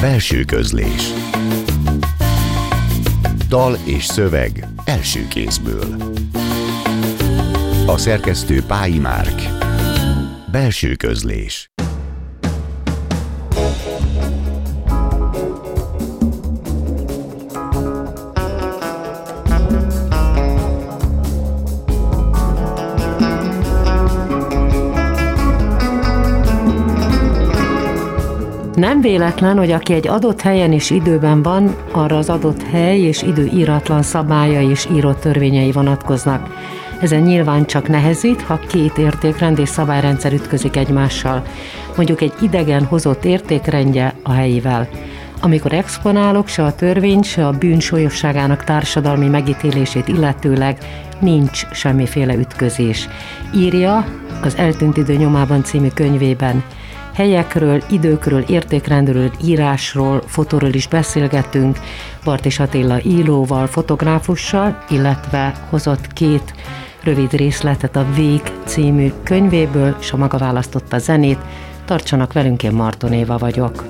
Belső közlés. Dal és szöveg első kézből. A szerkesztő Pályi Márk. Belső közlés. Nem véletlen, hogy aki egy adott helyen és időben van, arra az adott hely és idő íratlan szabályai és írott törvényei vonatkoznak. Ezen nyilván csak nehezít, ha két értékrend és szabályrendszer ütközik egymással. Mondjuk egy idegen hozott értékrendje a helyivel. Amikor exponálok, se a törvény, se a bűn súlyosságának társadalmi megítélését illetőleg nincs semmiféle ütközés. Írja az Eltűnt idő nyomában című könyvében. Helyekről, időkről, értékrendről, írásról, fotóról is beszélgetünk, Bartis Attila íróval, fotográfussal, illetve hozott két rövid részletet a Vég című könyvéből, és a maga választotta zenét. Tartsanak velünk, én Marton Éva vagyok.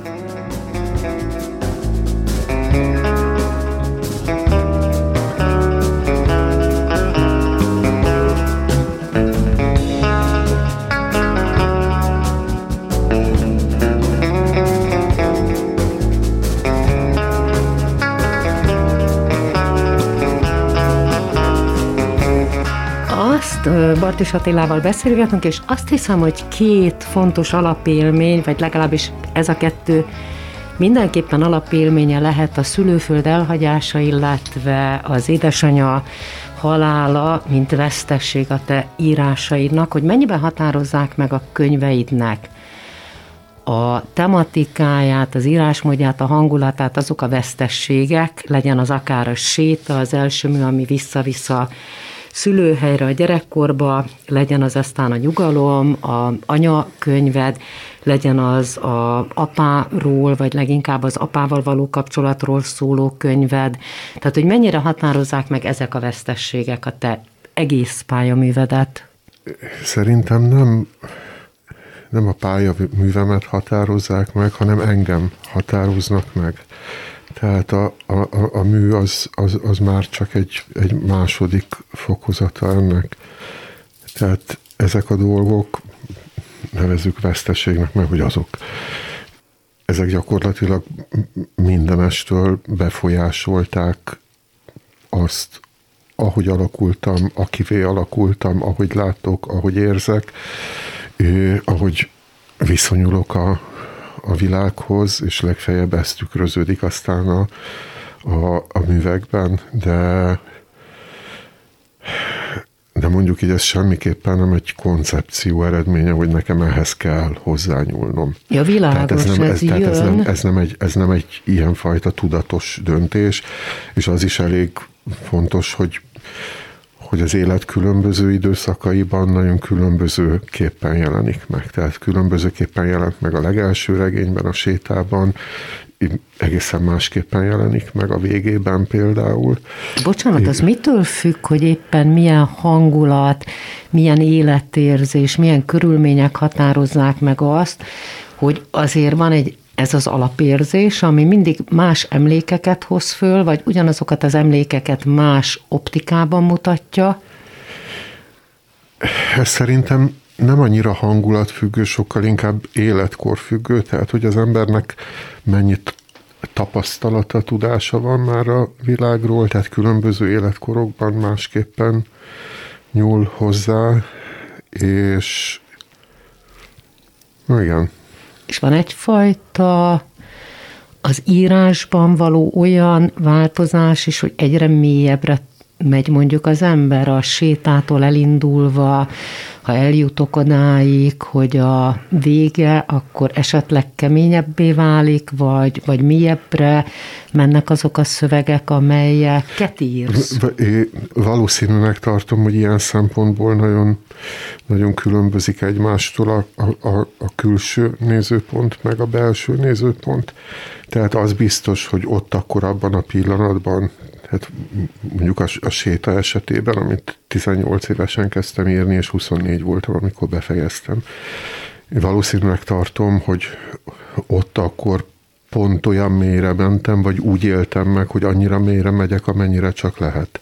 Bartis Attilával beszélgetünk, és azt hiszem, hogy két fontos alapélmény, vagy legalábbis ez a kettő mindenképpen alapélménye lehet a szülőföld elhagyása, illetve az édesanyja halála, mint vesztesség a te írásaidnak, hogy mennyiben határozzák meg a könyveidnek a tematikáját, az írásmódját, a hangulatát, azok a vesztességek, legyen az akár a séta, az első mű, ami vissza-vissza szülőhelyre, a gyerekkorba, legyen az aztán a nyugalom, a anyakönyved, legyen az az apáról, vagy leginkább az apával való kapcsolatról szóló könyved. Tehát, hogy mennyire határozzák meg ezek a vesztességek a te egész pályaművedet? Szerintem nem a pályaművemet határozzák meg, hanem engem határoznak meg. Tehát a mű az már csak egy második fokozata ennek. Tehát ezek a dolgok, nevezzük veszteségnek, mert hogy azok. Ezek gyakorlatilag mindenestől befolyásolták azt, ahogy alakultam, akivé alakultam, ahogy látok, ahogy érzek, ahogy viszonyulok a világhoz, és legfeljebb ez tükröződik aztán a művekben, de mondjuk így ez semmiképpen nem egy koncepció eredménye, hogy nekem ehhez kell hozzányúlnom. Ja, világos, ez nem egy ilyenfajta tudatos döntés, és az is elég fontos, hogy az élet különböző időszakaiban nagyon különbözőképpen jelenik meg. Tehát különbözőképpen jelent meg a legelső regényben, a sétában, egészen másképpen jelenik meg a végében például. Bocsánat, az mitől függ, hogy éppen milyen hangulat, milyen életérzés, milyen körülmények határozzák meg azt, hogy azért van ez az alapérzés, ami mindig más emlékeket hoz föl, vagy ugyanazokat az emlékeket más optikában mutatja? Ez szerintem nem annyira hangulatfüggő, sokkal inkább életkorfüggő, tehát hogy az embernek mennyit tapasztalata, tudása van már a világról, tehát különböző életkorokban másképpen nyúl hozzá, és igen. És van egyfajta az írásban való olyan változás is, hogy egyre mélyebbre megy mondjuk az ember a sétától elindulva, ha eljutok odáig, hogy a vége akkor esetleg keményebbé válik, vagy mélyebbre mennek azok a szövegek, amelyeket írsz? Valószínűleg tartom, hogy ilyen szempontból nagyon, nagyon különbözik egymástól a külső nézőpont, meg a belső nézőpont. Tehát az biztos, hogy ott akkor abban a pillanatban, hát mondjuk a séta esetében, amit 18 évesen kezdtem írni, és 24 voltam, amikor befejeztem. Én valószínűleg tartom, hogy ott akkor pont olyan mélyre mentem, vagy úgy éltem meg, hogy annyira mélyre megyek, amennyire csak lehet.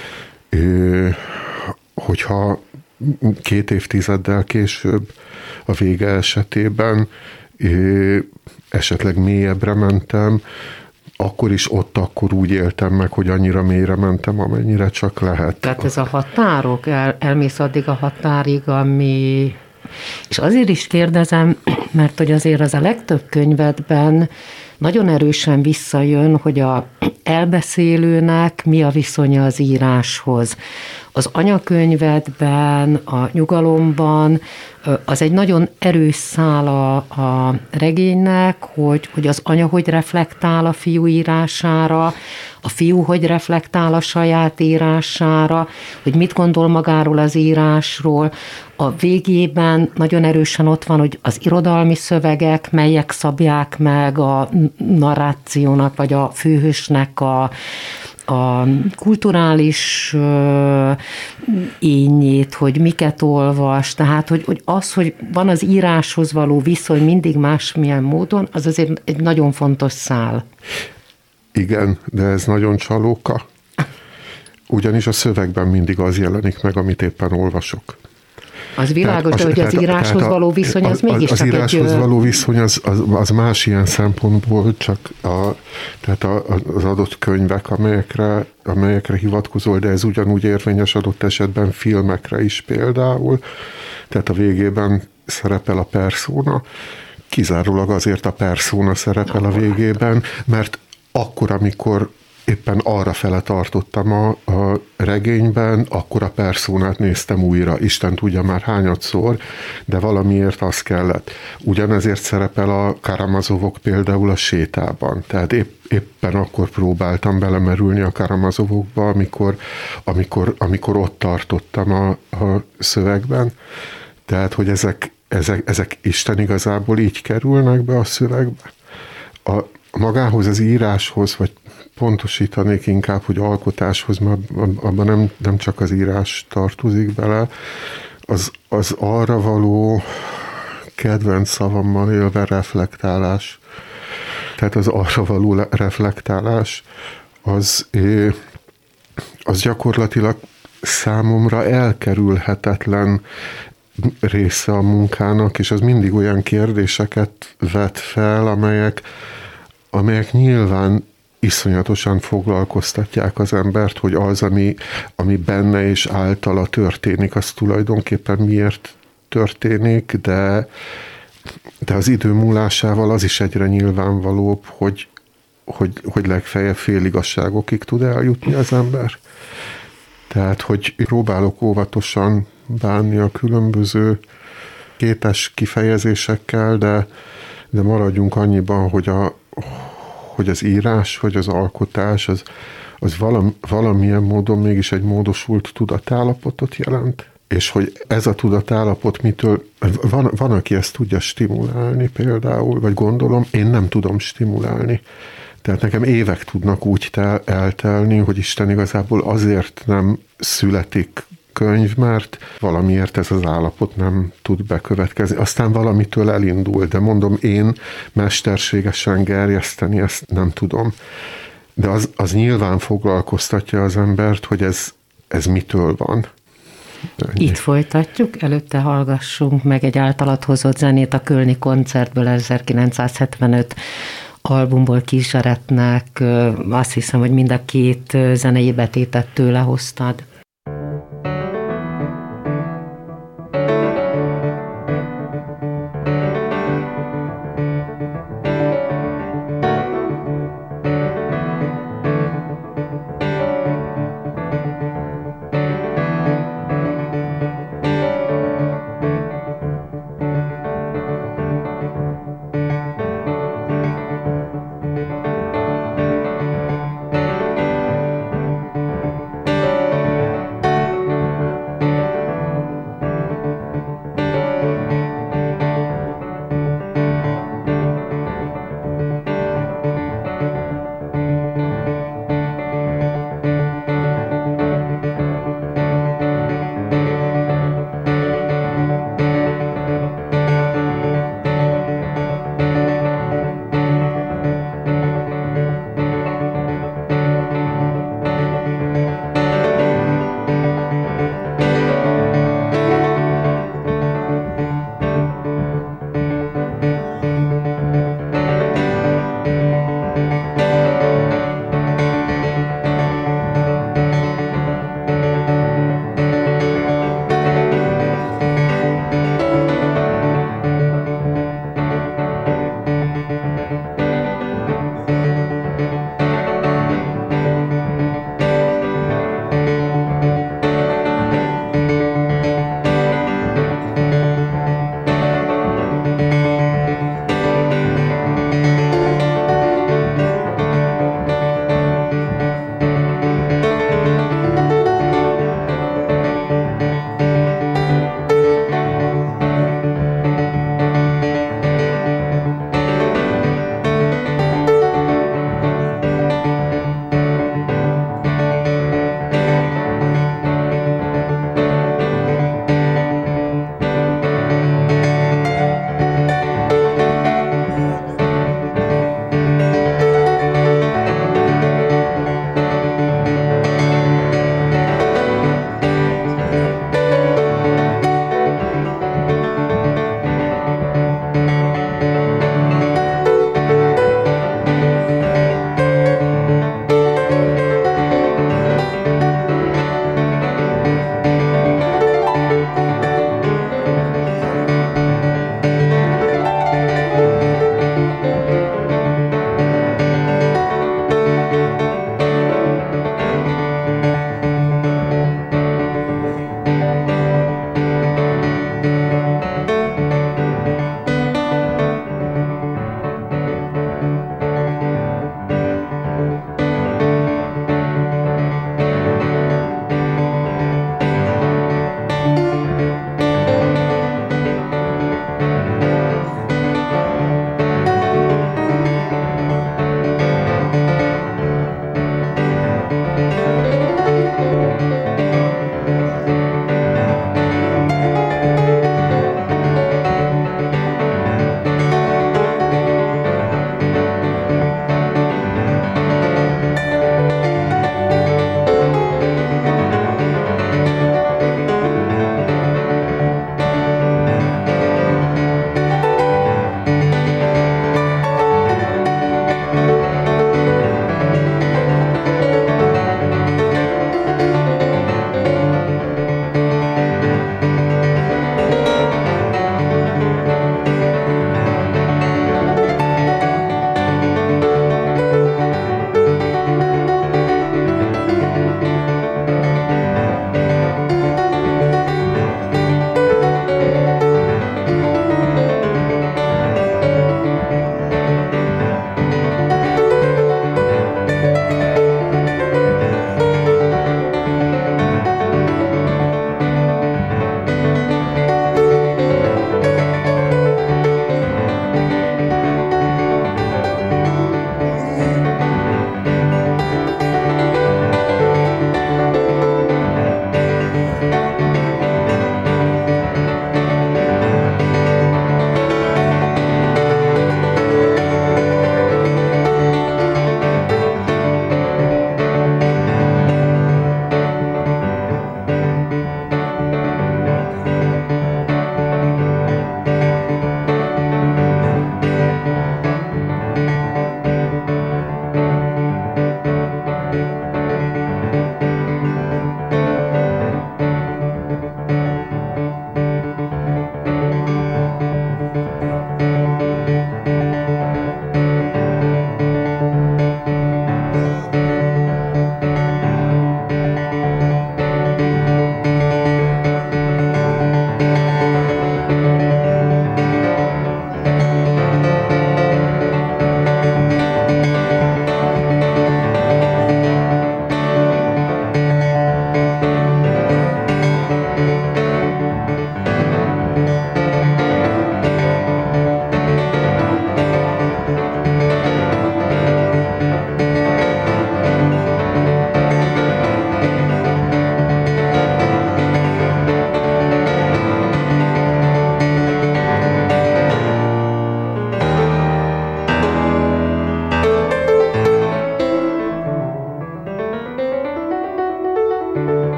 Hogyha 2 évtizeddel később a vége esetében esetleg mélyebbre mentem, akkor is akkor úgy éltem meg, hogy annyira mélyre mentem, amennyire csak lehet. Tehát ez a határok, elmész addig a határig, ami... És azért is kérdezem, mert hogy azért az a legtöbb könyvedben nagyon erősen visszajön, hogy a elbeszélőnek mi a viszonya az íráshoz. Az anyakönyvedben, a Nyugalomban az egy nagyon erős szál a regénynek, hogy az anya hogy reflektál a fiú írására, a fiú hogy reflektál a saját írására, hogy mit gondol magáról az írásról. A végében nagyon erősen ott van, hogy az irodalmi szövegek, melyek szabják meg a narrációnak, vagy a főhősnek a kulturális ényét, hogy miket olvas, tehát hogy az, hogy van az íráshoz való viszony mindig másmilyen módon, az azért egy nagyon fontos szál. Igen, de ez nagyon csalóka. Ugyanis a szövegben mindig az jelenik meg, amit éppen olvasok. Az világos, de hogy az íráshoz való viszony, az mégis az íráshoz való viszony az más ilyen szempontból, csak tehát az adott könyvek, amelyekre hivatkozol, de ez ugyanúgy érvényes adott esetben filmekre is például. Tehát a végében szerepel a persona, kizárólag azért a persona szerepel a végében, mert akkor, amikor éppen arra fele tartottam a regényben, akkor a perszónát néztem újra. Isten tudja már hányadszor, de valamiért az kellett. Ugyanezért szerepel a Karamazovok például a Sétában. Tehát éppen akkor próbáltam belemerülni a Karamazovokba, amikor ott tartottam a szövegben. Tehát, hogy ezek Isten igazából így kerülnek be a szövegbe. Magához az íráshoz, vagy pontosítanék inkább, hogy alkotáshoz, mert abban nem csak az írás tartozik bele, az arra való kedvenc szavammal élve reflektálás. Tehát az arra való reflektálás, az gyakorlatilag számomra elkerülhetetlen része a munkának, és az mindig olyan kérdéseket vet fel, amelyek nyilván iszonyatosan foglalkoztatják az embert, hogy az, ami benne és általa történik, az tulajdonképpen miért történik, de az idő múlásával az is egyre nyilvánvalóbb, hogy legfeljebb féligasságokig tud eljutni az ember. Tehát, hogy próbálok óvatosan bánni a különböző kétes kifejezésekkel, de maradjunk annyiban, hogy az írás, vagy az alkotás, az valamilyen módon mégis egy módosult tudatállapotot jelent. És hogy ez a tudatállapot mitől, van, aki ezt tudja stimulálni például, vagy gondolom, én nem tudom stimulálni. Tehát nekem évek tudnak úgy eltelni, hogy Isten igazából azért nem születik könyv, mert valamiért ez az állapot nem tud bekövetkezni. Aztán valamitől elindul, de mondom, én mesterségesen gerjeszteni ezt nem tudom. De az nyilván foglalkoztatja az embert, hogy ez mitől van. Ennyi. Itt folytatjuk, előtte hallgassunk meg egy általad hozott zenét a kölni koncertből 1975 albumból Kizseretnek. Azt hiszem, hogy mind a két zenei betétet tőle hoztad.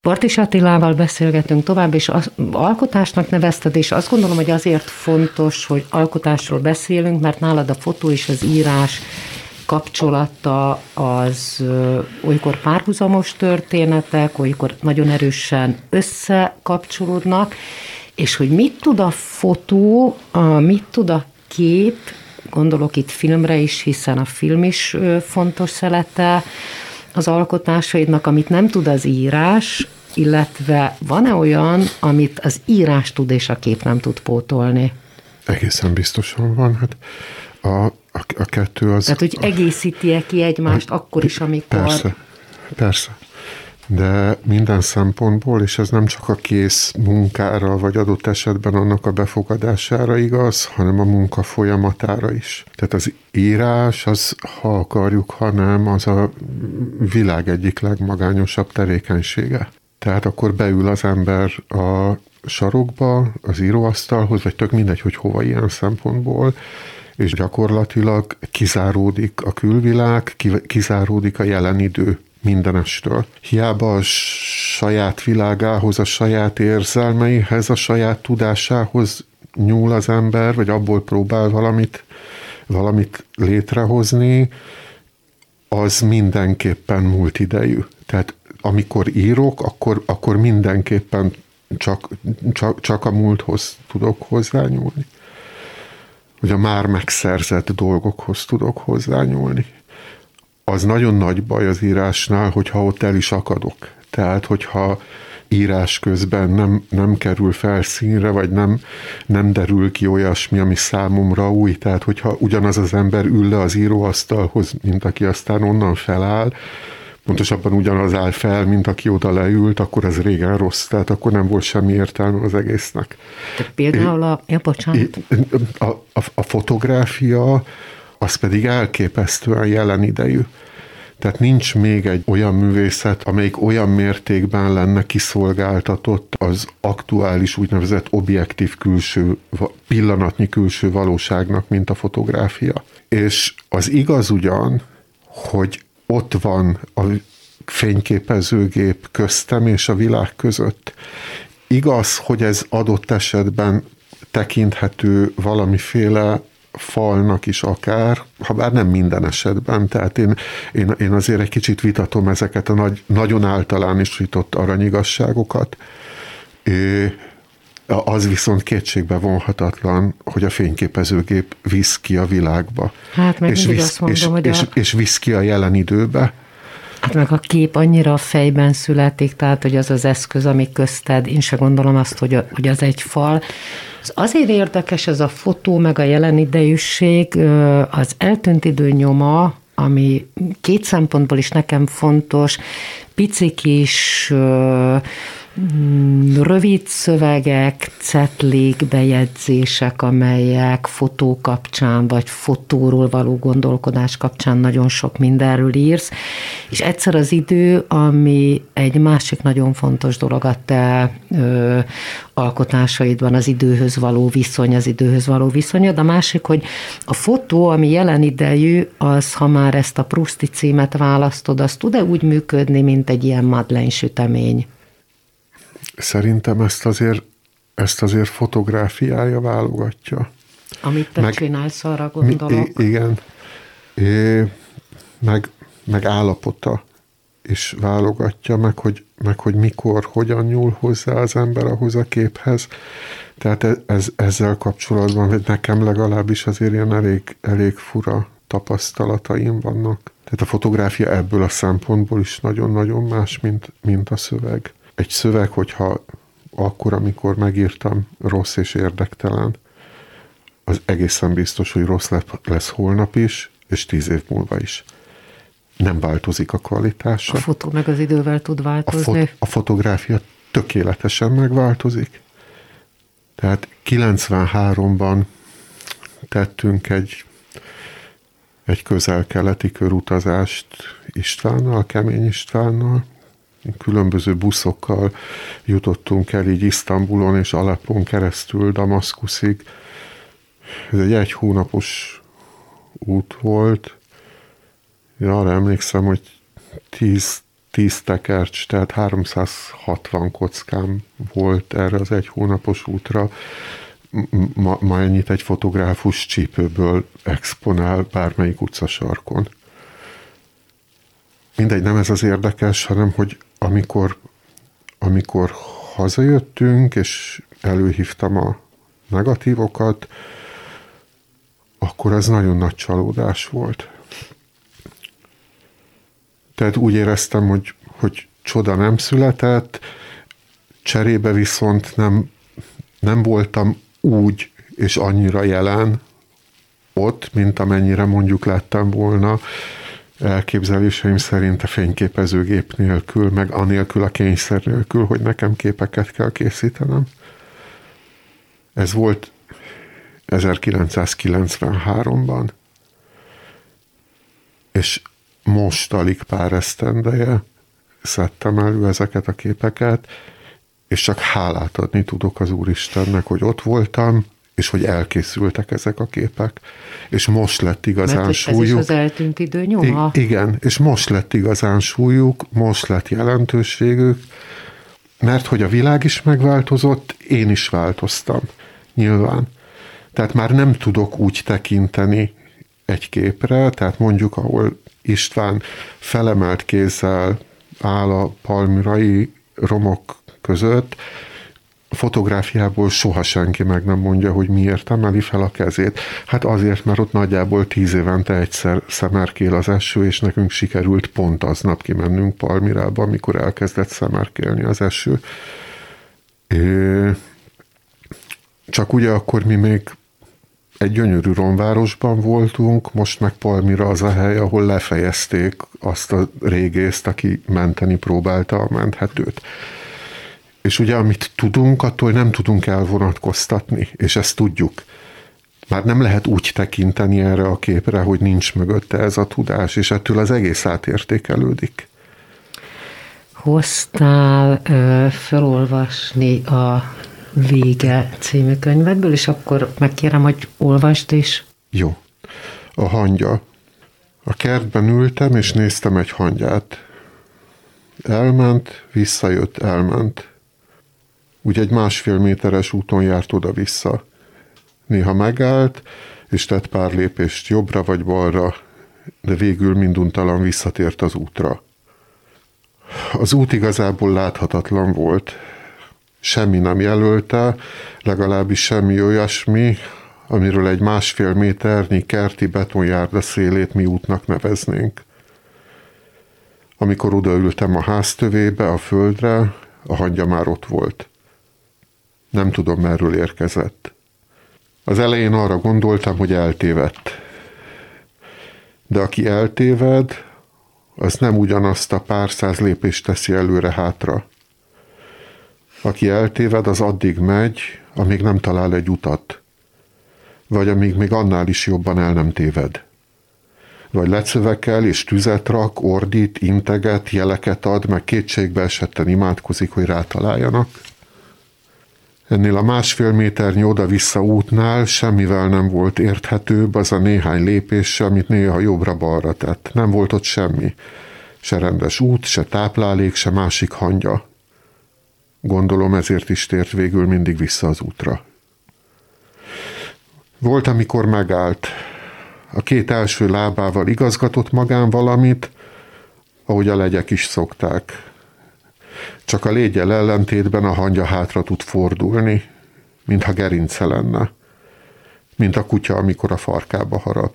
Bartis Attilával beszélgetünk tovább, és alkotásnak nevezted, és azt gondolom, hogy azért fontos, hogy alkotásról beszélünk, mert nálad a fotó és az írás kapcsolata az olykor párhuzamos történetek, olykor nagyon erősen összekapcsolódnak, és hogy mit tud a fotó, mit tud a kép, gondolok itt filmre is, hiszen a film is fontos szelete az alkotásaidnak, amit nem tud az írás, illetve van-e olyan, amit az írás tud és a kép nem tud pótolni? Egészen biztosan van. Hát a kettő az... Tehát, hogy egészíti-e ki egymást akkor is, amikor... Persze. De minden szempontból, és ez nem csak a kész munkára, vagy adott esetben annak a befogadására igaz, hanem a munka folyamatára is. Tehát az írás, az, ha akarjuk, ha nem, az a világ egyik legmagányosabb tevékenysége. Tehát akkor beül az ember a sarokba, az íróasztalhoz, vagy tök mindegy, hogy hova ilyen szempontból, és gyakorlatilag kizáródik a külvilág, kizáródik a jelen idő mindenestől. Hiába a saját világához, a saját érzelmeihez, a saját tudásához nyúl az ember, vagy abból próbál valamit létrehozni, az mindenképpen múlt idejű. Tehát amikor írok, akkor mindenképpen csak a múlthoz tudok hozzányúlni. Hogy a már megszerzett dolgokhoz tudok hozzányúlni. Az nagyon nagy baj az írásnál, hogyha ott el is akadok. Tehát, hogyha írás közben nem kerül felszínre, vagy nem derül ki olyasmi, ami számomra új. Tehát, hogyha ugyanaz az ember ül le az íróasztalhoz, mint aki aztán onnan feláll, pontosabban ugyanaz áll fel, mint aki oda leült, akkor az régen rossz, tehát akkor nem volt semmi értelme az egésznek. De például a fotográfia, az pedig elképesztően jelen idejű. Tehát nincs még egy olyan művészet, amelyik olyan mértékben lenne kiszolgáltatott az aktuális úgynevezett objektív pillanatnyi külső valóságnak, mint a fotográfia. És az igaz ugyan, hogy ott van a fényképezőgép köztem és a világ között. Igaz, hogy ez adott esetben tekinthető valamiféle falnak is akár, ha bár nem minden esetben. Tehát én azért egy kicsit vitatom ezeket a nagyon általánosított aranyigasságokat. Az viszont kétségbe vonhatatlan, hogy a fényképezőgép visz ki a világba. Hát meg mindig azt mondom, hogy és visz ki a jelen időbe. Hát meg a kép annyira a fejben születik, tehát hogy az az eszköz, ami közted, én se gondolom azt, hogy az egy fal. Az azért érdekes ez a fotó, meg a jelen idejűség, az eltűnt idő nyoma, ami két szempontból is nekem fontos, pici kis rövid szövegek, cetlik, bejegyzések, amelyek fotó kapcsán, vagy fotóról való gondolkodás kapcsán nagyon sok mindenről írsz, és egyszer az idő, ami egy másik nagyon fontos dolog a te alkotásaidban, az időhöz való viszony, az időhöz való viszonyod. A másik, hogy a fotó, ami jelen idejű, az, ha már ezt a Prousti címet választod, az tud-e úgy működni, mint egy ilyen Madeleine sütemény? Szerintem ezt azért fotográfiája válogatja. Amit te csinálsz, arra gondolok. Igen. Meg állapota is válogatja, meg hogy mikor, hogyan nyúl hozzá az ember ahhoz a képhez. Tehát ezzel kapcsolatban, vagy nekem legalábbis azért ilyen elég fura tapasztalataim vannak. Tehát a fotográfia ebből a szempontból is nagyon-nagyon más, mint a szöveg. Egy szöveg, hogyha akkor, amikor megírtam, rossz és érdektelen, az egészen biztos, hogy rossz lesz holnap is, és 10 év múlva is. Nem változik a kvalitása. A fotó meg az idővel tud változni. A fotográfia tökéletesen megváltozik. Tehát 93-ban tettünk egy közel-keleti körutazást Istvánnal, Kemény Istvánnal. Különböző buszokkal jutottunk el így Isztambulon és Aleppón keresztül Damaszkuszig. Ez egy hónapos út volt. Én arra emlékszem, hogy 10 tekercs, tehát 360 kockám volt erre az 1 hónapos útra. Ma ennyit egy fotográfus csípőből exponál bármelyik utcasarkon. Mindegy, nem ez az érdekes, hanem hogy amikor hazajöttünk, és előhívtam a negatívokat, akkor ez nagyon nagy csalódás volt. Tehát úgy éreztem, hogy csoda nem született, cserébe viszont nem voltam úgy és annyira jelen ott, mint amennyire mondjuk lettem volna elképzeléseim szerint a fényképezőgép nélkül, meg anélkül a kényszer nélkül, hogy nekem képeket kell készítenem. Ez volt 1993-ban, és most alig pár esztendeje szedtem elő ezeket a képeket, és csak hálát adni tudok az Úristennek, hogy ott voltam, és hogy elkészültek ezek a képek. És most lett igazán súlyuk. Ez is az eltűnt idő nyoma. Igen, és most lett igazán súlyuk, most lett jelentőségük, mert hogy a világ is megváltozott, én is változtam, nyilván. Tehát már nem tudok úgy tekinteni egy képre, tehát mondjuk, ahol István felemelt kézzel áll a palmyrai romok között, fotográfiából soha senki meg nem mondja, hogy miért emeli fel a kezét. Hát azért, mert ott nagyjából 10 évente egyszer szemerkél az eső, és nekünk sikerült pont aznap kimennünk Palmyrába, amikor elkezdett szemerkélni az eső. Csak ugye akkor mi még egy gyönyörű romvárosban voltunk, most meg Palmyra az a hely, ahol lefejezték azt a régészt, aki menteni próbálta a menthetőt. És ugye, amit tudunk, attól nem tudunk elvonatkoztatni, és ezt tudjuk. Már nem lehet úgy tekinteni erre a képre, hogy nincs mögötte ez a tudás, és ettől az egész átértékelődik. Hoztál felolvasni a Vége című könyvedből, és akkor megkérem, hogy olvasd is. Jó. A hangya. A kertben ültem, és néztem egy hangyát. Elment, visszajött, elment. Úgy egy 1,5 méteres úton járt oda-vissza. Néha megállt, és tett pár lépést jobbra vagy balra, de végül minduntalan visszatért az útra. Az út igazából láthatatlan volt. Semmi nem jelölte, legalábbis semmi olyasmi, amiről egy 1,5 méternyi kerti betonjárda szélét mi útnak neveznénk. Amikor odaültem a ház tövébe, a földre, a hangya már ott volt. Nem tudom, merről érkezett. Az elején arra gondoltam, hogy eltévedt. De aki eltéved, az nem ugyanazt a pár száz lépést teszi előre-hátra. Aki eltéved, az addig megy, amíg nem talál egy utat. Vagy amíg még annál is jobban el nem téved. Vagy lecövekel és tüzet rak, ordít, integet, jeleket ad, meg kétségbe esetten imádkozik, hogy rátaláljanak. Ennél a 1,5 méternyi oda-vissza útnál semmivel nem volt érthetőbb az a néhány lépés, amit néha jobbra-balra tett. Nem volt ott semmi. Se rendes út, se táplálék, se másik hangya. Gondolom ezért is tért végül mindig vissza az útra. Volt, amikor megállt. A 2 első lábával igazgatott magán valamit, ahogy a legyek is szokták. Csak a légyel ellentétben a hangya hátra tud fordulni, mintha gerince lenne, mint a kutya, amikor a farkába harap.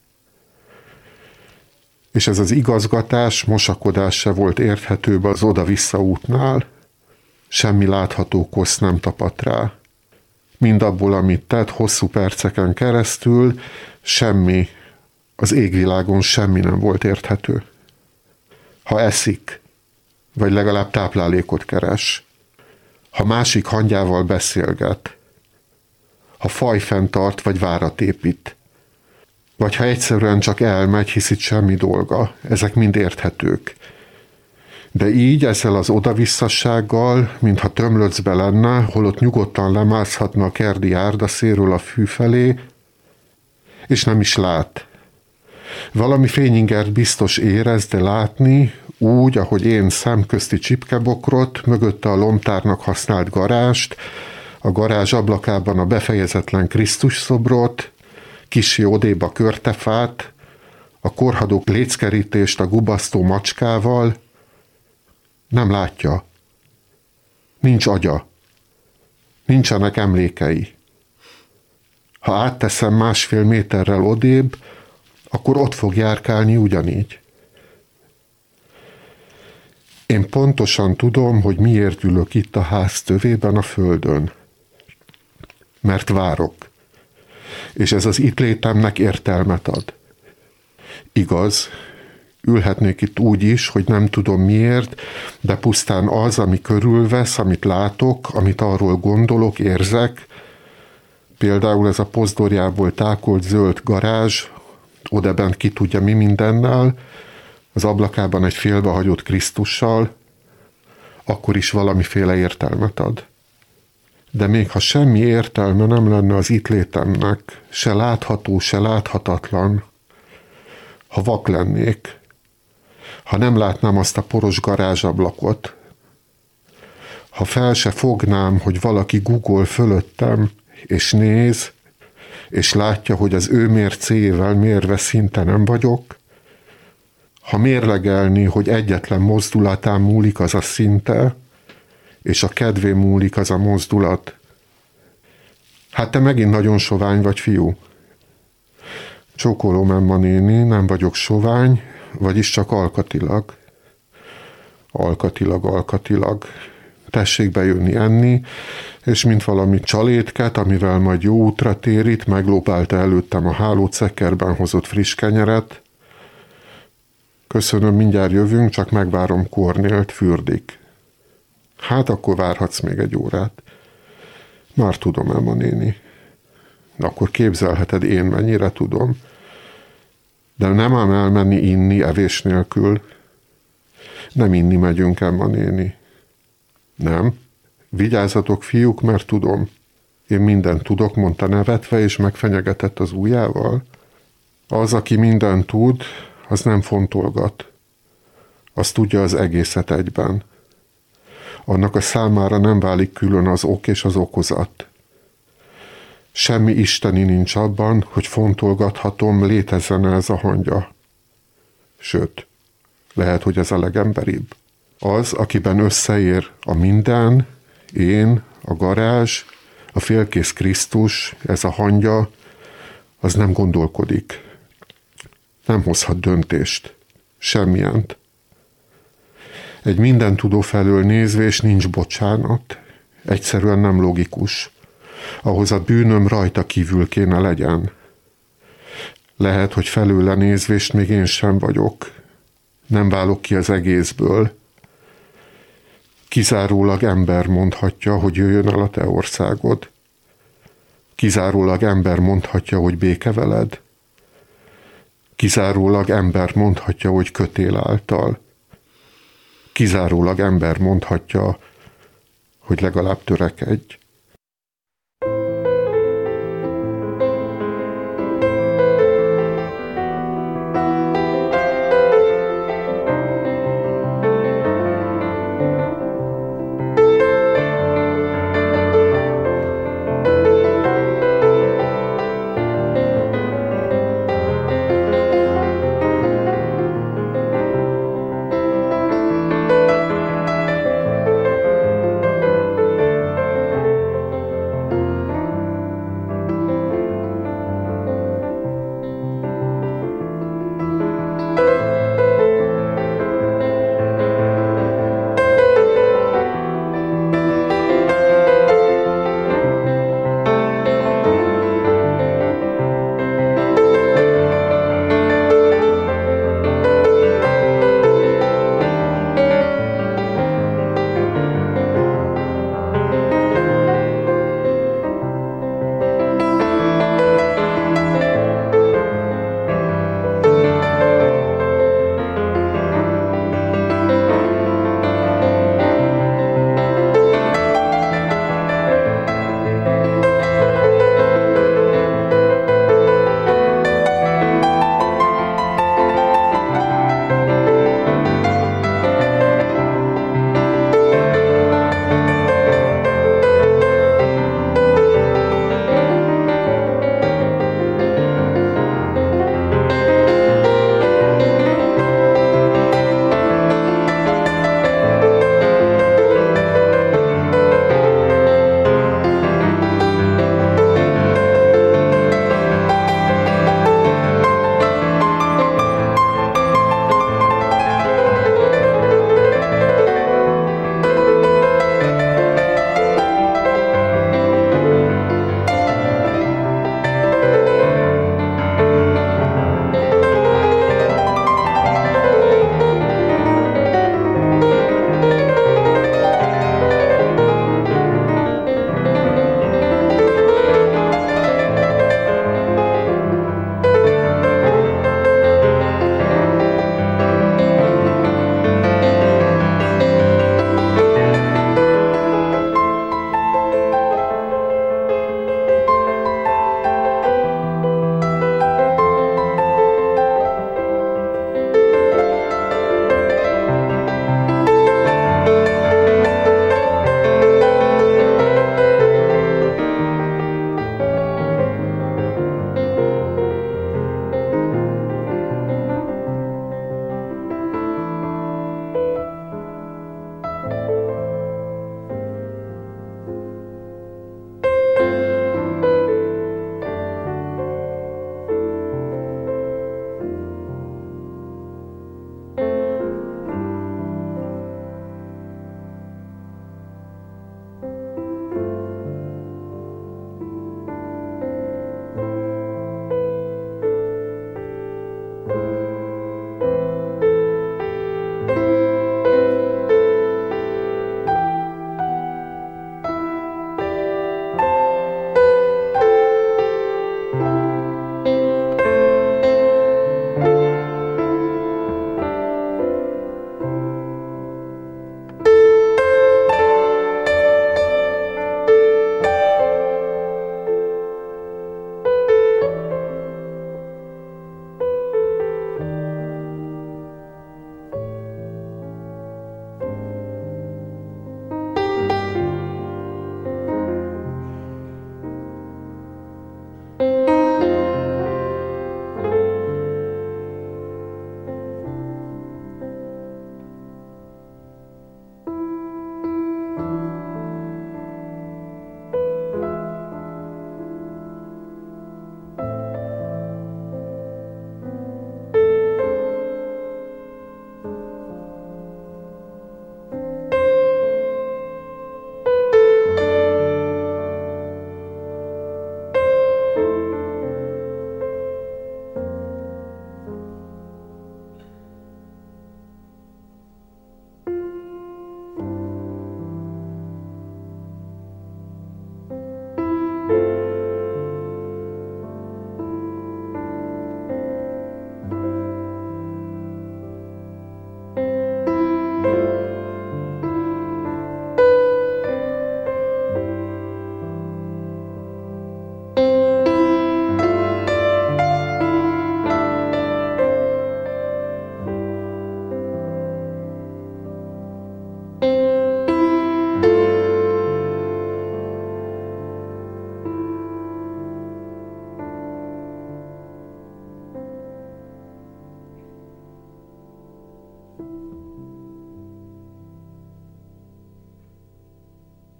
És ez az igazgatás, mosakodás se volt érthetőbb az oda-vissza útnál, semmi látható kosz nem tapadt rá. Mind abból, amit tett hosszú perceken keresztül, semmi, az égvilágon semmi nem volt érthető. Ha eszik, vagy legalább táplálékot keres, ha másik hangyával beszélget, ha fajfent tart, vagy várat épít, vagy ha egyszerűen csak elmegy, hisz itt semmi dolga, ezek mind érthetők. De így, ezzel az oda-visszassággal, mintha tömlöcbe lenne, holott nyugodtan lemászhatna a kerti járdaszéről a fű felé, és nem is lát. Valami fényingert biztos érez, de látni, úgy, ahogy én szemközti csipkebokrot, mögötte a lomtárnak használt garást, a garázs ablakában a befejezetlen Krisztus szobrot, kissé odébb a körtefát, a korhadó léckerítést a gubasztó macskával, nem látja. Nincs agya. Nincsenek emlékei. Ha átteszem 1,5 méterrel odébb, akkor ott fog járkálni ugyanígy. Én pontosan tudom, hogy miért ülök itt a ház tövében a földön. Mert várok. És ez az itt létemnek értelmet ad. Igaz, ülhetnék itt úgy is, hogy nem tudom miért, de pusztán az, ami körülvesz, amit látok, amit arról gondolok, érzek, például ez a pozdorjából tákolt zöld garázs, odabent ki tudja mi mindennel, az ablakában egy félbehagyott Krisztussal, akkor is valamiféle értelmet ad. De még ha semmi értelme nem lenne az itt létemnek, se látható, se láthatatlan, ha vak lennék, ha nem látnám azt a poros garázsablakot, ha fel se fognám, hogy valaki Google fölöttem, és néz, és látja, hogy az ő mércéjével mérve szinte nem vagyok, ha mérlegelni, hogy egyetlen mozdulatán múlik az a szinte, és a kedvén múlik az a mozdulat. Hát te megint nagyon sovány vagy, fiú. Csókolom, Emma néni, nem vagyok sovány, vagyis csak alkatilag. Alkatilag. Tessék bejönni enni, és mint valami csalétket, amivel majd jó útra térít, meglóbálta előttem a hálócekkerben hozott friss kenyeret. Köszönöm, mindjárt jövünk, csak megvárom Kornélt, fürdik. Hát akkor várhatsz még egy órát. Már tudom, Emma néni. Akkor képzelheted, én mennyire tudom. De nem ám elmenni inni evés nélkül. Nem inni megyünk, Emma néni. Nem. Vigyázzatok, fiúk, mert tudom. Én mindent tudok, mondta nevetve, és megfenyegetett az ujjával. Az, aki mindent tud, az nem fontolgat. Az tudja az egészet egyben. Annak a számára nem válik külön az ok és az okozat. Semmi isteni nincs abban, hogy fontolgathatom, létezzen ez a hangya. Sőt, lehet, hogy ez a legemberibb. Az, akiben összeér a minden, én, a garázs, a félkész Krisztus, ez a hangya, az nem gondolkodik. Nem hozhat döntést. Semmilyent. Egy mindentudó felől nézve, és nincs bocsánat, egyszerűen nem logikus. Ahhoz a bűnöm rajta kívül kéne legyen. Lehet, hogy felőle nézvést még én sem vagyok. Nem válok ki az egészből. Kizárólag ember mondhatja, hogy jöjjön el a te országod. Kizárólag ember mondhatja, hogy béke veled. Kizárólag ember mondhatja, hogy kötél által. Kizárólag ember mondhatja, hogy legalább törekedj.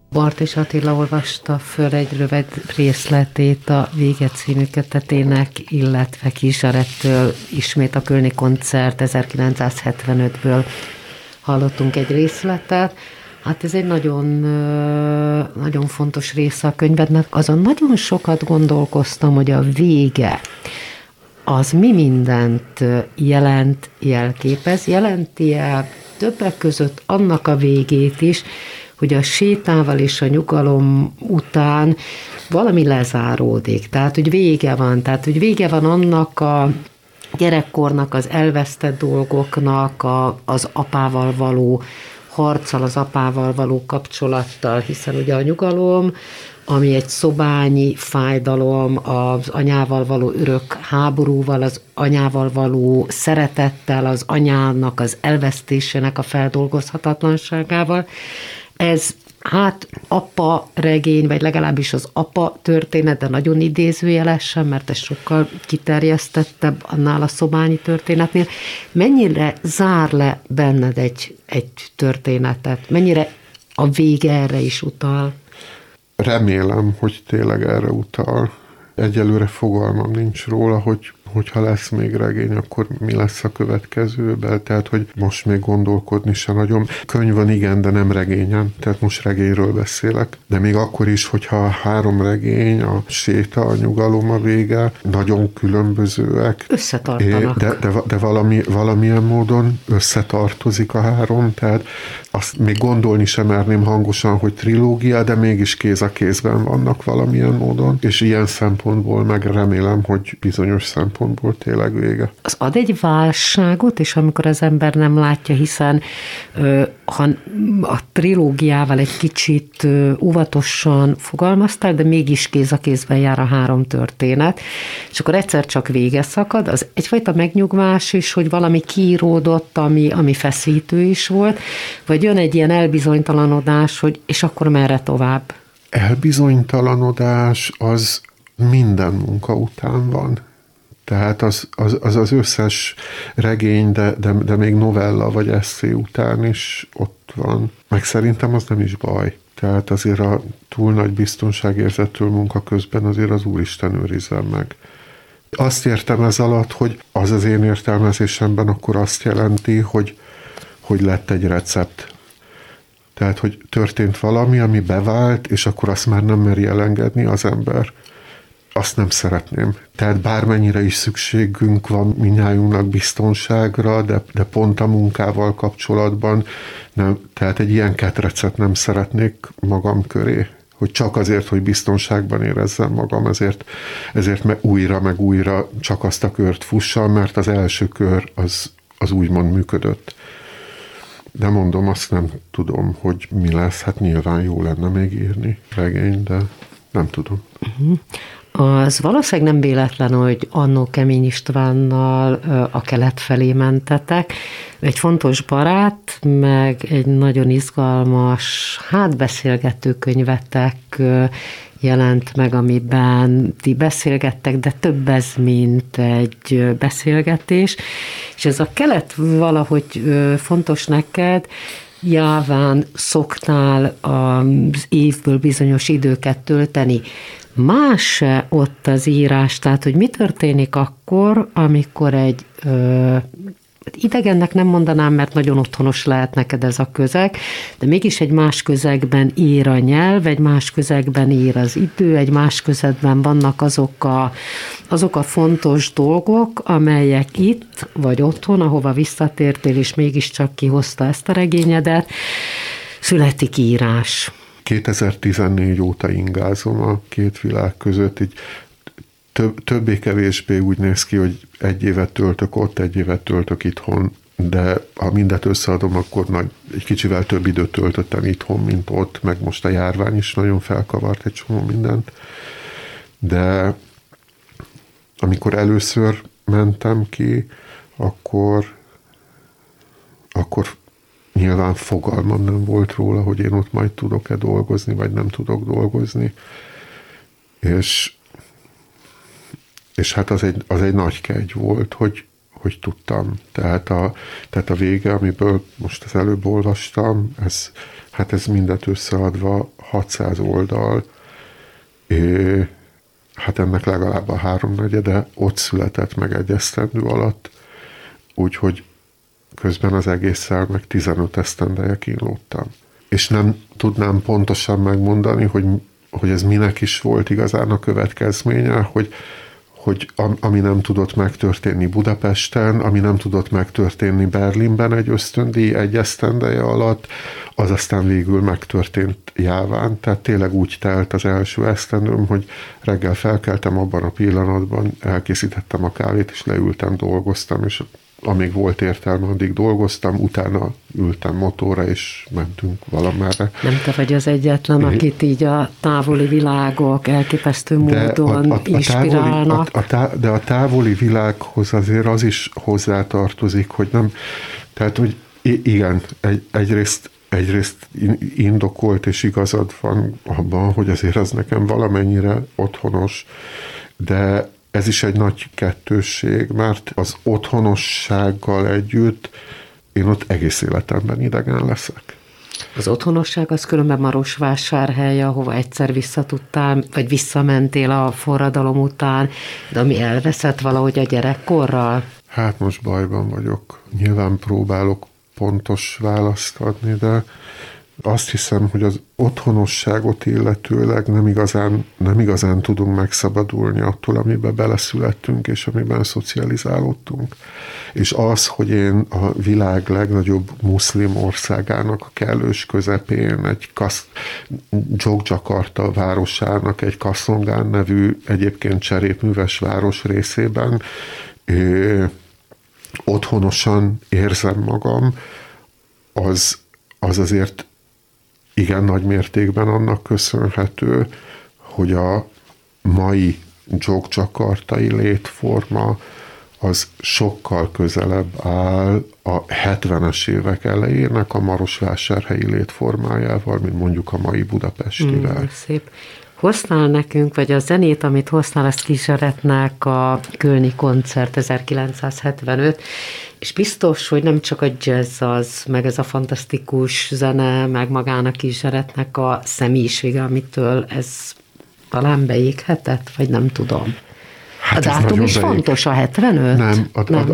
Bartés Attila olvasta föl egy rövid részletét a Vége című kötetének, illetve Kizsarettől ismét a Kölni koncert 1975-ből hallottunk egy részletet. Hát ez egy nagyon, nagyon fontos része a könyvednek. Azon nagyon sokat gondolkoztam, hogy a vége az mi mindent jelent, jelképez. Jelenti-e többek között annak a végét is, hogy a sétával és a nyugalom után valami lezáródik. Tehát, hogy vége van. Tehát, hogy vége van annak a gyerekkornak, az elvesztett dolgoknak, az apával való harccal, az apával való kapcsolattal, hiszen ugye a nyugalom, ami egy szobányi fájdalom, az anyával való örök háborúval, az anyával való szeretettel, az anyának az elvesztésének a feldolgozhatatlanságával. Ez hát apa regény, vagy legalábbis az apa történet, de nagyon idézőjelesen, mert ez sokkal kiterjesztettebb annál a szobányi történetnél. Mennyire zár le benned egy történetet? Mennyire a vége erre is utal? Remélem, hogy tényleg erre utal. Egyelőre fogalmam nincs róla, hogyha lesz még regény, akkor mi lesz a következőben, tehát hogy most még gondolkodni se nagyon. Könyv van, igen, de nem regényen, tehát most regényről beszélek. De még akkor is, hogyha a 3 regény, a séta, a nyugalom, a vége, nagyon különbözőek. Összetartanak. De valamilyen módon összetartozik a 3, tehát azt még gondolni sem merném hangosan, hogy trilógia, de mégis kéz a kézben vannak valamilyen módon, és ilyen szempontból meg remélem, hogy bizonyos szempontból tényleg vége. Az ad egy válságot, és amikor az ember nem látja, hiszen ha a trilógiával egy kicsit óvatosan fogalmaztál, de mégis kéz a kézben jár a 3 történet, és akkor egyszer csak vége szakad, az egyfajta megnyugvás is, hogy valami kiíródott, ami feszítő is volt, vagy jön egy ilyen elbizonytalanodás, hogy és akkor merre tovább? Elbizonytalanodás az minden munka után van. Tehát az összes regény, de még novella vagy esszé után is ott van. Meg szerintem az nem is baj. Tehát azért a túl nagy biztonságérzettől munka közben azért az Úristen őrizzen meg. Azt értem ez alatt, hogy az én értelmezésemben akkor azt jelenti, hogy lett egy recept. Tehát, hogy történt valami, ami bevált, és akkor azt már nem meri elengedni az ember. Azt nem szeretném. Tehát bármennyire is szükségünk van mindnyájunknak biztonságra, de pont a munkával kapcsolatban nem. Tehát egy ilyen ketrecet nem szeretnék magam köré, hogy csak azért, hogy biztonságban érezzem magam, ezért újra csak azt a kört fussam, mert az első kör az úgymond működött. De mondom, azt nem tudom, hogy mi lesz. Hát nyilván jó lenne még írni regény, de nem tudom. Az valószínűleg nem véletlen, hogy annó Kemény Istvánnal a kelet felé mentetek. Egy fontos barát, meg egy nagyon izgalmas, beszélgető könyvetek jelent meg, amiben ti beszélgettek, de több ez, mint egy beszélgetés. És ez a kelet valahogy fontos neked, jáván szoktál az évből bizonyos időket tölteni. Más ott az írás, tehát hogy mi történik akkor, amikor egy idegennek nem mondanám, mert nagyon otthonos lehet neked ez a közeg, de mégis egy más közegben ír a nyelv, egy más közegben ír az idő, egy más közegben vannak azok a fontos dolgok, amelyek itt vagy otthon, ahova visszatértél, és mégiscsak kihozta ezt a regényedet, születik írás. 2014 óta ingázom a két világ között, így többé-kevésbé úgy néz ki, hogy 1 évet töltök ott, 1 évet töltök itthon, de ha mindet összeadom, akkor egy kicsivel több időt töltöttem itthon, mint ott, meg most a járvány is nagyon felkavart egy csomó mindent. De amikor először mentem ki, akkor nyilván fogalmam nem volt róla, hogy én ott majd tudok-e dolgozni, vagy nem tudok dolgozni. És hát az egy nagy kegy volt, hogy tudtam. Tehát a vége, amiből most az előbb olvastam, ez mindet összeadva 600 oldal, hát ennek legalább a 3/4 ott született meg egy esztendő alatt, úgyhogy közben az egésszel meg 15 esztendeje kínlódtam. És nem tudnám pontosan megmondani, hogy ez minek is volt igazán a következménye, hogy ami nem tudott megtörténni Budapesten, ami nem tudott megtörténni Berlinben egy ösztöndíj egy esztendeje alatt, az aztán végül megtörtént Jáván. Tehát tényleg úgy telt az első esztendőm, hogy reggel felkeltem abban a pillanatban, elkészítettem a kávét, és leültem, dolgoztam, és amíg volt értelme, addig dolgoztam, utána ültem motorra, és mentünk valamerre. Nem te vagy az egyetlen, akit így a távoli világok elképesztő módon inspirálnak. De a távoli világhoz azért az is hozzátartozik, hogy nem, tehát, hogy igen, egyrészt indokolt és igazad van abban, hogy azért az nekem valamennyire otthonos, de ez is egy nagy kettősség, mert az otthonossággal együtt én ott egész életemben idegen leszek. Az otthonosság az különben Marosvásárhely, ahova egyszer visszatudtál, vagy visszamentél a forradalom után, de ami elveszett valahogy a gyerekkorral? Hát most bajban vagyok. Nyilván próbálok pontos választ adni, de azt hiszem, hogy az otthonosságot illetőleg nem igazán tudunk megszabadulni attól, amiben beleszülettünk, és amiben szocializálódtunk. És az, hogy én a világ legnagyobb muszlim országának a kellős közepén, egy Dzsogdzsakarta városának egy Kaszlongán nevű, egyébként cserépműves város részében otthonosan érzem magam, az azért igen nagy mértékben annak köszönhető, hogy a mai dzsogdzsakartai létforma az sokkal közelebb áll a 70-es évek elejének a marosvásárhelyi létformájával, mint mondjuk a mai budapestivel. Szép. Hoztál nekünk, vagy a zenét, amit hoztál, ezt kíséretnek a Kölni koncert 1975, és biztos, hogy nem csak a jazz az, meg ez a fantasztikus zene, meg magának kíséretnek a személyisége, amitől ez talán beéghetett, vagy nem tudom. Hát a dátum is fontos, a 75? Nem,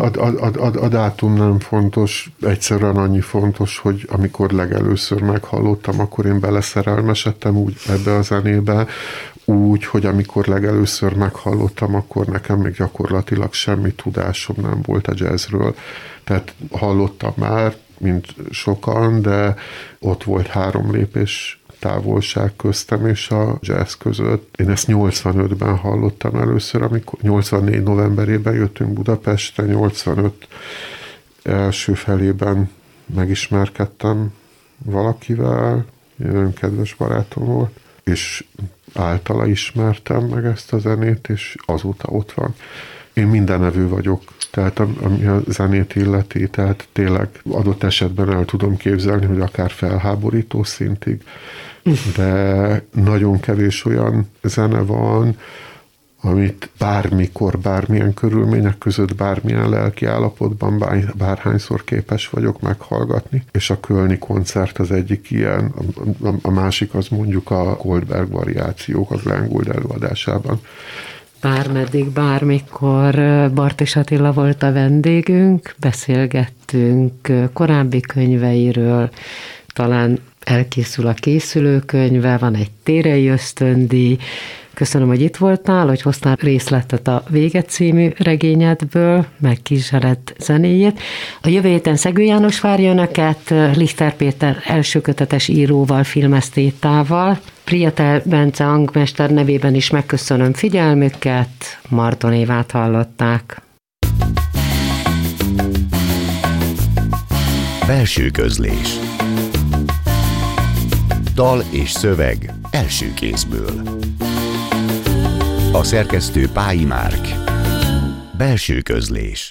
a dátum nem fontos, egyszerűen annyi fontos, hogy amikor legelőször meghallottam, akkor én beleszerelmesedtem úgy ebbe a zenébe, úgy, hogy amikor legelőször meghallottam, akkor nekem még gyakorlatilag semmi tudásom nem volt a jazzről. Tehát hallottam már, mint sokan, de ott volt 3 lépés távolság köztem és a jazz között. Én ezt 85-ben hallottam először, amikor 84 novemberében jöttünk Budapestre, 85 első felében megismerkedtem valakivel, nagyon kedves barátom volt, és általa ismertem meg ezt a zenét, és azóta ott van. Én mindenevő vagyok, tehát ami a zenét illeti, tehát tényleg adott esetben el tudom képzelni, hogy akár felháborító szintig, de nagyon kevés olyan zene van, amit bármikor, bármilyen körülmények között, bármilyen lelki állapotban, bárhányszor képes vagyok meghallgatni. És a Kölni koncert az egyik ilyen, a másik az mondjuk a Goldberg variációk a Glenn Gould előadásában. Bármeddig, bármikor Bartos Attila volt a vendégünk, beszélgettünk korábbi könyveiről, talán elkészül a készülőkönyve, van egy Térei ösztöndíj. Köszönöm, hogy itt voltál, hogy hoztál részletet a Vége című regényedből, meg kíséret zenéjét. A jövő héten Szegő János várja önöket, Lichter Péter első kötetes íróval, filmesztétával. Priatel Bence hangmester nevében is megköszönöm figyelmüket, Marton Évát hallották. Belső közlés. Dal és szöveg első kézből. A szerkesztő Pályi Márk. Belső közlés.